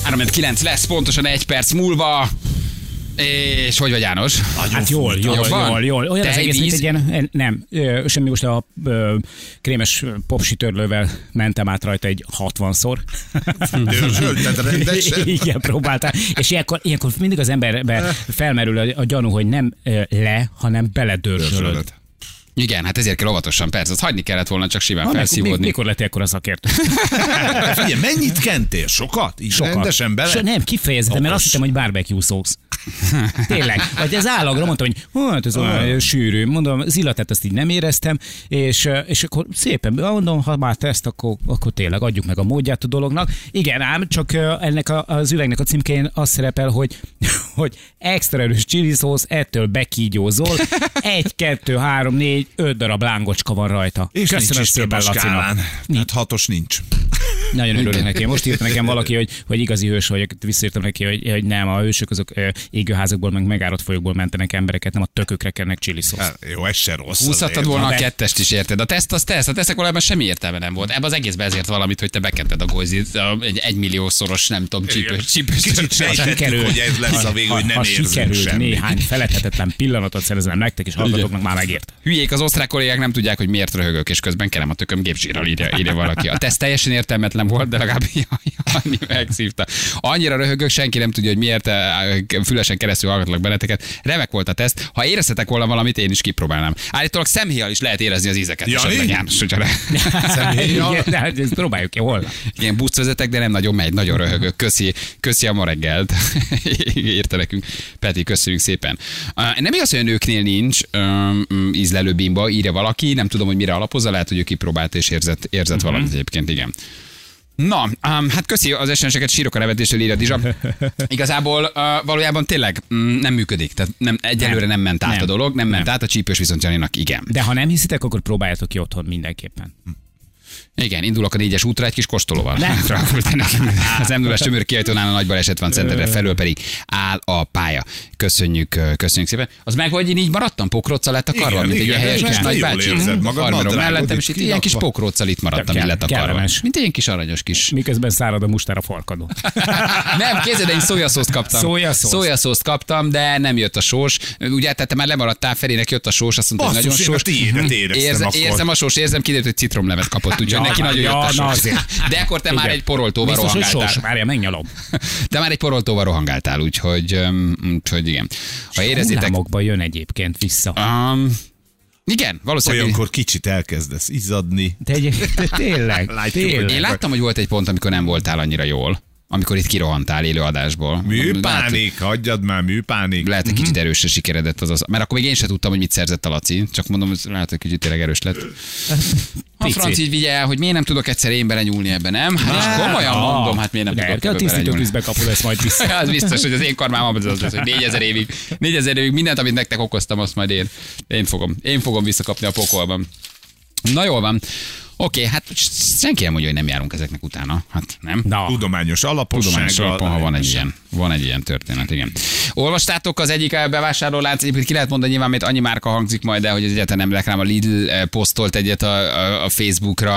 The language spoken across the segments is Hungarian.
3-9 lesz pontosan 1 perc múlva. És hogy vagy, János? Hát jól. Olyan az egész, mint egy ilyen, nem, semmi, most a krémes popsitörlővel mentem át rajta egy 60-szor. Dörzsölted rendesen? Igen, próbáltam. És ilyenkor mindig az emberbe felmerül a gyanú, hogy nem hanem beledörzsölöd. Igen, hát ezért kell óvatosan, persze, azt hagyni kellett volna, csak simán felszívódni. Mikor lettél akkor a szakértő? Figyelj, mennyit kentél? Sokat? Sokat. Rendesen bele? Nem, kifejezetten, mert azt hittem, hogy barbecue szósz. Tényleg. Vagy az állagra mondtam, hogy hát ez olyan sűrű. Mondom, az illatát azt így nem éreztem, és akkor szépen mondom, ha már teszt, akkor tényleg adjuk meg a módját a dolognak. Igen, ám, csak ennek az üvegnek a címkén az szerepel, hogy extra erős chili szósz, ettől bekígyózol, 1, 2, 3, 4, 5 darab lángocska van rajta. És köszönöm szépen, Lacinak. Tehát 6-os nincs. Nagyon örülök neki. Most írt nekem valaki, hogy igazi hős vagyok. Visszaírtam neki, hogy nem, a hősök azok égőházakból, meg megárott folyókból mentenek embereket, nem a tökökre kennek chili szósz. Jó, ez se rossz. Húzhattad volna a 2-est is, érted? A teszt az teszt. A teszek valójában semmi értelme nem volt. Ebben az egészben ezért valamit, hogy te bekented a gojzit, egy 1 milliószoros, nem tudom, csípős. Kicsit sejtettük, hogy ez lesz a vég, hogy nem érzünk sikerült semmit. néhány feledhetetlen pillanatot szereznem nektek, és hallgatóknak már megért. Hülyék, az osztrák kollégák nem tudják, hogy miért röhögök, és közben kerem a tököm gépsírral, írja valaki. A teszt teljesen értelmetlen volt, de legalább Jani megszívta. Annyira röhögök, senki nem tudja, hogy miért fülesen keresztül hallgatlak benneteket. Remek volt a teszt. Ha éreztetek volna valamit, én is kipróbálnám. Állítólag szemhéjjal is lehet érezni az ízeket. Jani? János, hogyha Ezt próbáljuk ki, hol? Igen, buszt vezetek, de nem nagyon megy, nagyon röhögök. Köszi a ma reggelt. Írta nekünk. Peti, köszönjük szépen. Nem igaz, hogy a nőknél nincs ízlelő bimba, írja valaki, nem tudom, hogy mire alapozza, lehet, hogy ő kipróbált és érzett valamit egyébként, igen. Na, hát köszi az SMS-eket, sírok a nevetéstől, írja Dizsa. Igazából valójában tényleg nem működik, tehát egyelőre nem ment át a dolog, nem ment át, a csípős viszont Janinak igen. De ha nem hiszitek, akkor próbáljátok ki otthon mindenképpen. Igen, indulok a 4-es útra egy kis kóstolóval. Az M0-as tömör kiajtónál a nagy baleset van, Szentendre felől pedig áll a pálya. Köszönjük szépen. Az meg, hogy én így maradtam, pokróccal lett a karva, mint egy ilyen helyes kis nagybácsi. Farmerom mellettem, és itt ilyen kis pokróccal itt maradtam, így lett a karva. Mint egy ilyen kis aranyos kis. Miközben szárad a mustár a farkadon. Nem, képzeld, én szójaszószt kaptam. Szójaszószt kaptam, de nem jött a sós. Ugye, tehát te már lemaradtál, Ferinek jött a sós, azt mondta, hogy nagyon sós. Érzem a sós, kiderült, hogy citromlevet kapott, úgyhogy neki nagyon jött a sós. De akkor te már egy poroltóval rohangáltál. Várja, megnyalom. Te már egy poroltóval rohangáltál, úgyhogy igen. Ha érezitek... Hullámokba jön egyébként vissza. Igen, valószínűleg. Olyankor kicsit elkezdesz izzadni. De tényleg. Én láttam, hogy volt egy pont, amikor nem voltál annyira jól. Amikor itt kirohantál élő adásból. Műpánik, hagyjad már, műpánik. Lehet, hogy kicsit erősre sikeredett az. Mert akkor még én sem tudtam, hogy mit szerzett a Laci. Csak mondom, hogy lehet, hogy kicsit tényleg erős lett. A Franci így vigye el, hogy miért nem tudok egyszer én belenyúlni ebben, nem? Hát komolyan mondom, hát miért nem tudok ebbe belenyúlni. A tisztító tűzbe kapu lesz majd vissza. Az biztos, hogy az én karmám az lesz, hogy 4000 évig mindent, amit nektek okoztam, azt majd én fogom visszakapni a pokolban. Na jól van. Oké, hát senki nem mondja, hogy nem járunk ezeknek utána. Hát nem. Na. Tudományos alapossággal. Ha van egy ilyen történet, igen. Olvastátok az egyik bevásárlólánc, egyébként ki lehet mondani nyilván, mert annyi márka hangzik majd, de hogy ez egyáltalán nem reklám, a Lidl posztolt egyet a Facebookra,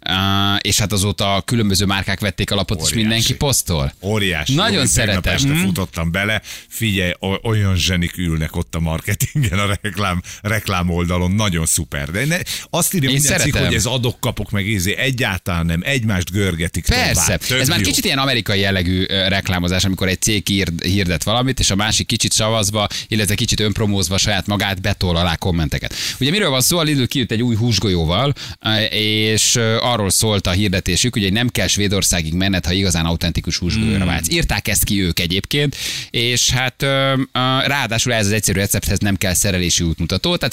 és hát azóta különböző márkák vették a lapot, és mindenki posztol. Óriási. Nagyon szeretem. Este futottam bele, figyelj, olyan zsenik ülnek ott a marketingen, a reklám oldalon, nagyon szuper. De azt írja minden cikk, hogy ez adok-kapok meg egyáltalán nem, egymást görgetik. Persze, tovább. Ez már kicsit ilyen amerikai jellegű reklámozás, amikor egy cég hirdet valamit, és a másik kicsit savazva, illetve kicsit önpromózva saját magát betol alá kommenteket. Ugye miről van szó? A Lidl kijött egy új húsgolyóval, és arról szólt a hirdetésük, hogy nem kell Svédországig menned, ha igazán autentikus húsgolyóra vágysz. Írták ezt ki ők egyébként, és hát ráadásul ez az egyszerű recepthez nem kell szerelési útmutató, tehát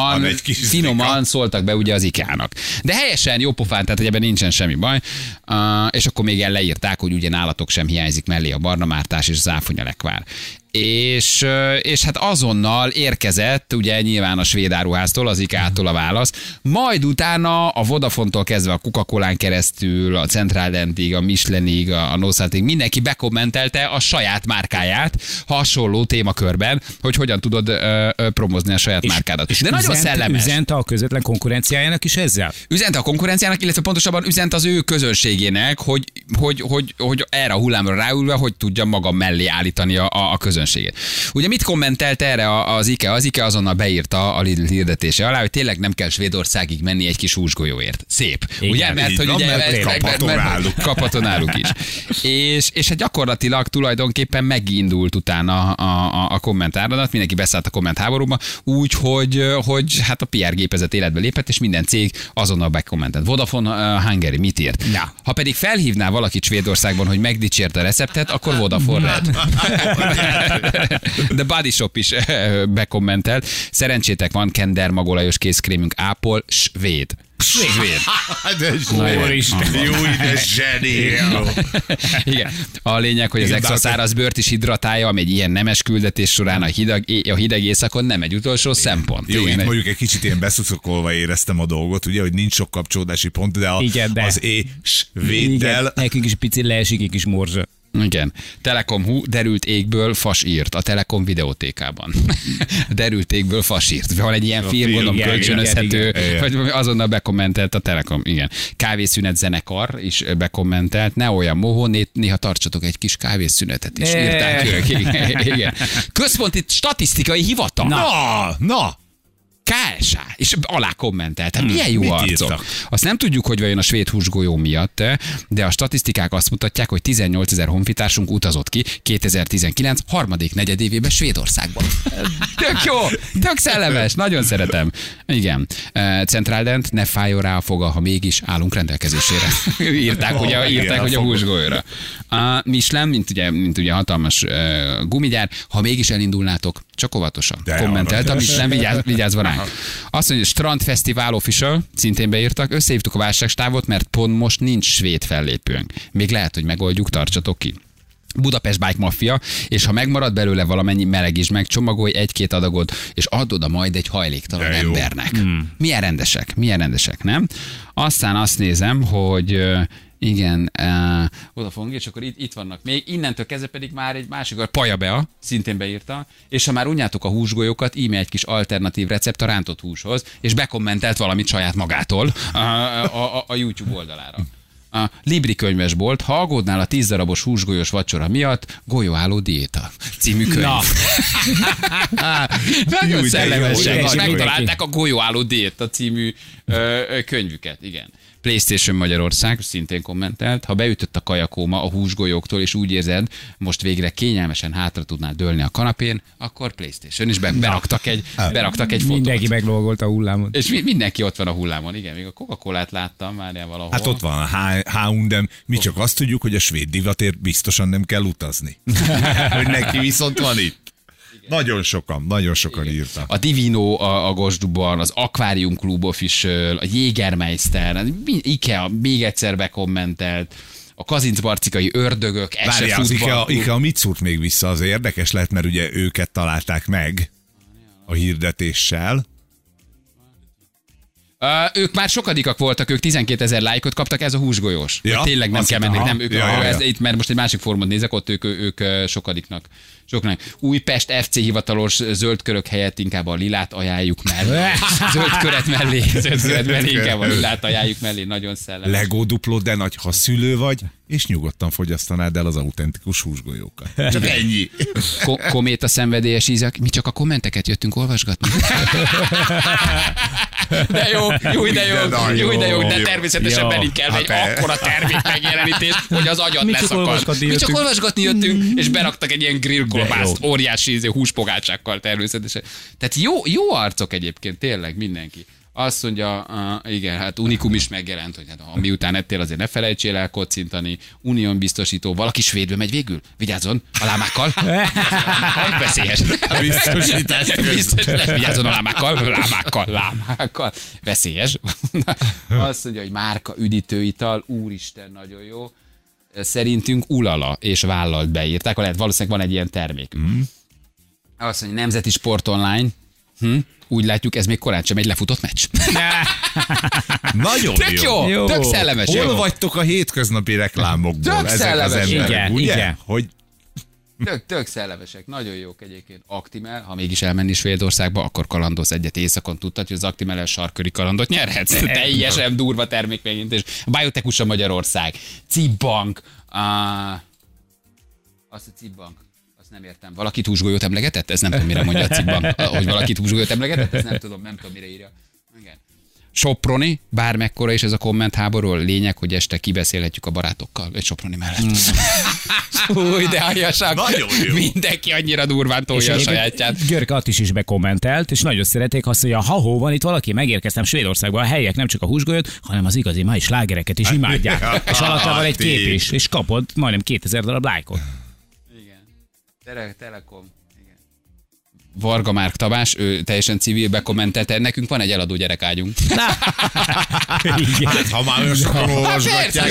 finoman szóltak be ugye az IKEA-nak. De helyesen, jó pofán, tehát hogy ebben nincsen semmi baj, és akkor még leírták, hogy ugye nálatok sem hiányzik mellé a barnamártás és az áfonyalekvár. és hát azonnal érkezett, ugye nyilván a svéd áruháztól, az IKEA-tól a válasz, majd utána a Vodafontól kezdve a Coca-Colán keresztül, a Centralendig, a Michelinig, a Nossatig, mindenki bekommentelte a saját márkáját hasonló témakörben, hogy hogyan tudod promozni a saját márkádat. De nagyon szellemes. Üzente a közvetlen konkurenciájának is ezzel? Üzente a konkurenciának, illetve pontosabban üzent az ő közönségének, hogy erre a hullámra ráülve, hogy tudja maga mellé állítani a közönségét. Ugye mit kommentelt erre az IKEA? Az IKEA azonnal beírta a Lidl hirdetése alá, hogy tényleg nem kell Svédországig menni egy kis húsgolyóért. Szép. Igen, ugye? Mert hogy ugye kapható náluk is. És hát gyakorlatilag tulajdonképpen megindult utána a kommentáradat, mindenki beszállt a kommentháborúba, úgy, hogy hát a PR gépezet életbe lépett, és minden cég azonnal bekommentelt. Vodafone Hungary mit írt? Ja. Ha pedig felhívná valakit Svédországban, hogy megdicsérte a receptet, akkor Vodafone Red. De Body Shop is bekommentelt. Szerencsétek van, Kender magolajos kézkrémünk Ápol, svéd. De jó, de zseni. Igen. A lényeg, hogy az extra száraz bőrt is hidratálja, ami egy ilyen nemes küldetés során a hideg éjszakon nem egy utolsó szempont. Jó, igen, itt mondjuk egy kicsit ilyen beszuszokolva éreztem a dolgot, ugye, hogy nincs sok kapcsolódási pont, de az svéddel... Nekünk is picit leesik egy kis morzsa. Igen. Telekom hú, derült égből fas írt a Telekom videótékában. Derült égből fas írt. Van egy ilyen film, gondolom kölcsönözhető, vagy azonnal bekommentelt a Telekom. Igen. Kávészünet zenekar is bekommentelt. Ne olyan mohó, néha tartsatok egy kis kávészünetet is. Írták ők. Igen. Központi statisztikai hivatal. Na! KSA, és alá kommentelt. Hát milyen jó arcok. Írtak? Azt nem tudjuk, hogy vajon a svéd húsgolyó miatt, de a statisztikák azt mutatják, hogy 18 000 honfitársunk utazott ki 2019 harmadik negyedévében Svédországban. Tök jó, tök szellemes, nagyon szeretem. Igen. Centraldent, ne fájjon rá a foga, ha mégis állunk rendelkezésére. írták, hogy a húsgolyóra. A Michelin, mint ugye hatalmas gumigyár, ha mégis elindulnátok, csak óvatosan. Kommentelt a Michelin, vigyázva rá. Azt mondja, Strandfesztivál Official, szintén beírtak, összehívtuk a válságstávot, mert pont most nincs svéd fellépőnk. Még lehet, hogy megoldjuk, tartsatok ki. Budapest Bike Mafia, és ha megmarad belőle valamennyi, melegítsd meg, csomagolj egy-két adagot, és add oda majd egy hajléktalan embernek. Milyen rendesek, nem? Aztán azt nézem, hogy igen, oda fogunk, és akkor itt vannak még. Innentől kezdve pedig már egy másik, a Paja Bea szintén beírta, és ha már unjátok a húsgolyókat, íme egy kis alternatív recept a rántott húshoz, és bekommentelt valamit saját magától a YouTube oldalára. A Libri könyvesbolt, ha aggódnál a 10 darabos húsgolyós vacsora miatt, Golyóálló diéta című könyv. Nagyon szellemesen, és megtalálták a Golyóálló diéta című könyvüket, igen. PlayStation Magyarország szintén kommentelt, ha beütött a kajakóma a húsgolyóktól, és úgy érzed, most végre kényelmesen hátra tudnál dőlni a kanapén, akkor PlayStation, és beraktak egy fotót. Mindenki meglogolt a hullámon. És mindenki ott van a hullámon, igen, még a Coca-Colát láttam már valahol. Hát ott van a H&M, mi csak azt tudjuk, hogy a svéd divatért biztosan nem kell utazni. Hogy neki viszont van itt. Nagyon sokan írtak. A Divino a Gosduban, az Aquarium Club Official, a Jägermeister, IKEA még egyszer bekommentelt, a kazincbarcikai ördögök, Várjál, az IKEA mit szúrt még vissza? Az érdekes lehet, mert ugye őket találták meg a hirdetéssel. Ők már sokadikak voltak, ők 12 000 lájkot kaptak, ez a húsgolyós. Ja, tényleg nem kell menni, nem, itt, mert most egy másik formot nézek, ott ők sokadiknak. Újpest FC hivatalos zöld körök helyett inkább a lilát ajánljuk mellé. Zöld köret mellé inkább a lilát ajánljuk mellé, nagyon szellemes. Legó dupló, de nagy, ha szülő vagy, és nyugodtan fogyasztanád el az autentikus húsgolyókat. Csak ennyi. Kométa szenvedélyes ízek, mi csak a kommenteket jöttünk olvasgatni. De jó, de természetesen belígy kell egy akkora termék megjelenítést, hogy az agyad leszakad. Mi csak olvasgatni jöttünk, és beraktak egy ilyen grillkolbászt, óriási húspogácsákkal természetesen. Tehát jó arcok egyébként, tényleg mindenki. Azt mondja, igen, hát Unikum is megjelent, hogy hát, miután ettél, azért ne felejtsél el kocintani. Unión biztosító, valaki svédbe megy végül? Vigyázzon, a lámákkal. Veszélyes. A biztosítás. Vigyázzon a lámákkal. Veszélyes. Azt mondja, hogy márka üdítőital, úristen, nagyon jó. Szerintünk Ulala és vállalt beírták, lehet valószínűleg van egy ilyen termék. Azt mondja, Nemzeti Sport Online. Úgy látjuk, ez még korán sem egy lefutott meccs. Nagyon Tök jó. Tök szellemes. Hol vagytok a hétköznapi reklámokból? Tök ezek az emberek, igen, ugye? igen. Hogy Tök szellemesek, nagyon jók egyébként. Actimel, ha mégis elmenni Svédországba, akkor kalandoz egyet éjszakon, tudtad, hogy az Actimel-el sarkköri kalandot nyerhetsz. Teljesen durva termék megint, és Biotechus a Magyarország, Cibbank, azt a Cibbank, azt nem értem. Valakit húsgolyót emlegetett? Ez nem tudom, mire mondja a Cibbank. Hogy valakit húsgolyót emlegetett? Ezt nem tudom, mire írja. Igen. Soproni, bármekkora is ez a komment háború, lényeg, hogy este kibeszélhetjük a barátokkal, egy Soproni mellett. Új, de aljasak. Nagyon jó. Mindenki annyira durván tolja a sajátját. Görke Attis is bekommentelt, és nagyon szerették azt, hogy ha van itt valaki, megérkeztem Svédországba, a helyiek nem csak a húsgolyót, hanem az igazi mai slágereket is imádják. És alatta van egy kép is, és kapod majdnem 2000 darab lájkot. Igen. Telekom. Varga Márk Tamás, ő teljesen civil, bekommentelte, nekünk van egy eladó gyerekágyunk. hát, ha már olyan sokan olvasgatják.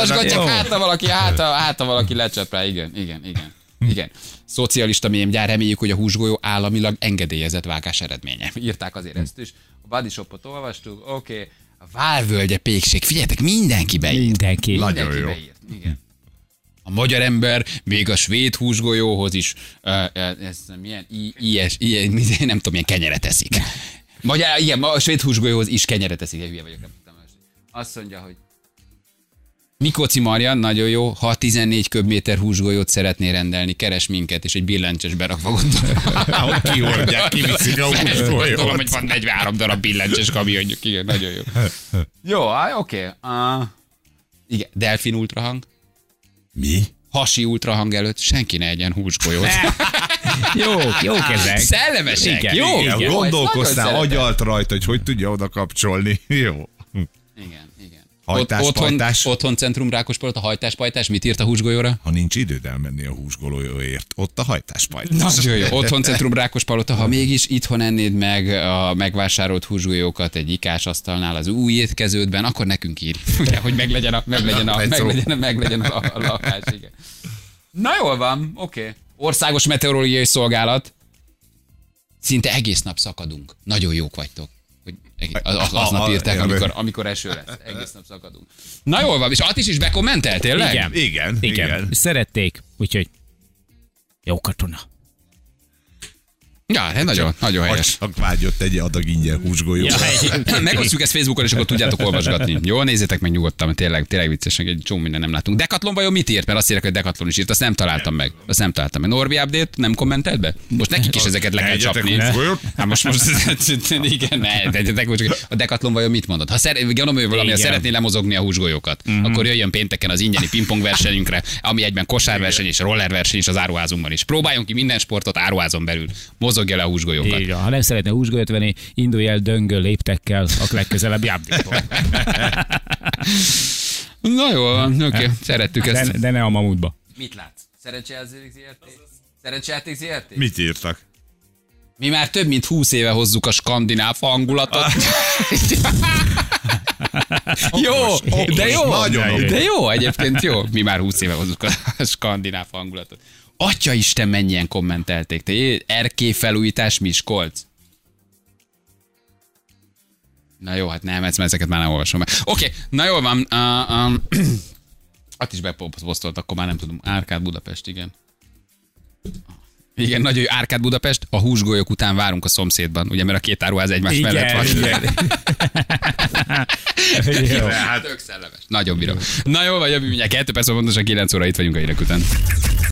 Hát, ha valaki lecsap rá, igen. Szocialista mémgyár, reméljük, hogy a húsgolyó államilag engedélyezett vágás eredménye. Írták azért ezt is. A Body Shopot olvastuk, oké. A Válvölgye pékség, figyeljetek, mindenki beírt. Mindenki. Nagyon jó. Beírt. Igen. A magyar ember még a svéd húsgolyóhoz is, ez milyen, nem tudom, milyen kenyeret eszik. Igen, a svéd húsgolyóhoz is kenyeret eszik, hülye vagyok, nem tudtam. Azt mondja, hogy Mikóci Marian, nagyon jó, ha 14 köbméter húsgolyót szeretné rendelni, keres minket, és egy billentyűs berakva gondolom. Kihordják, kiviszik a húsgolyót. Tudom, hogy van 43 darab billentyűs kamionjuk, igen, nagyon jó. Jó, oké. Igen, delfin ultrahang. Mi? Hasi ultrahang előtt senki ne egyen húsgolyót. Jó ezek. Szellemesek, Igen, jó. Igen, gondolkoztál, agyalt rajta, hogy tudja oda kapcsolni. Jó. Igen. Hajtáspajtás. Otthon Centrum Rákospalota, hajtáspajtás. Mit írt a húsgolyóra? Ha nincs időd elmenni a húsgolyóért, ott a hajtáspajtás. Nagyon jó. Otthon Centrum Rákospalota, ha mégis itthon ennéd meg a megvásárolt húsgolyókat egy ikás asztalnál az új étkeződben, akkor nekünk írj. Ugye, hogy meglegyen a lakás. Igen. Na jól van, oké. Országos Meteorológiai Szolgálat. Szinte egész nap szakadunk. Nagyon jók vagytok. Aznap írták, amikor eső lesz. Egész nap szakadunk. Na jól van, és Attis is bekommentelt, tényleg? Igen. Szerették, úgyhogy jó katona. Ja, nagyon helyes. Csak vágyott egy adag ingyen húsgolyót. Megosztjuk ezt Facebookon, és akkor tudjátok olvasgatni. Jó, nézzétek meg nyugodtan, mert tényleg viccesek, egy csomó minden nem látunk. Decathlon vajon mit írt? Mert azt írják, hogy Decathlon is írt, azt nem találtam meg. Norbi Update nem kommentelt be? Most nekik is ezeket le kell csapni. Hát most igen, ne, a Decathlon vajon mit mondott? Ha szeretné lemozogni a húsgolyókat, akkor jöjjön pénteken az ingyen pingpong versenyünkre, ami egyben kosárverseny és rollerverseny is az áruházunkban is. Próbáljunk ki minden sportot áruházon belül. Mozogja le a húsgolyókat. Igen, ha nem szeretne húsgolyót venni, indulj el döngöl léptekkel a legközelebbi update-ból. Na jól van, oké, szerettük ezt. De ne a mamutba. Mit látsz? Szerencsejáték ZRT? Mit írtak? Mi már több mint 20 éve hozzuk a skandináv hangulatot. De jó, egyébként jó. Mi már 20 éve hozzuk a skandináv hangulatot. Atyaisten, mennyien kommentelték. Te erkélyfelújítás Miskolc. Na jó, hát nem, ezeket már nem olvasom meg. Oké, na jól van. Azt is beposztolt, akkor már nem tudom. Árkád Budapest, igen. Igen, nagyon jó. Árkád Budapest, a húsgolyók után várunk a szomszédban, ugye, mert a két áruház egymás mellett van. Igen. Hát tök szellemes. Nagyon bírom. Na jól vagy, jövő mindjárt 2 perc, pontosan 9 óra itt vagyunk a hírek után.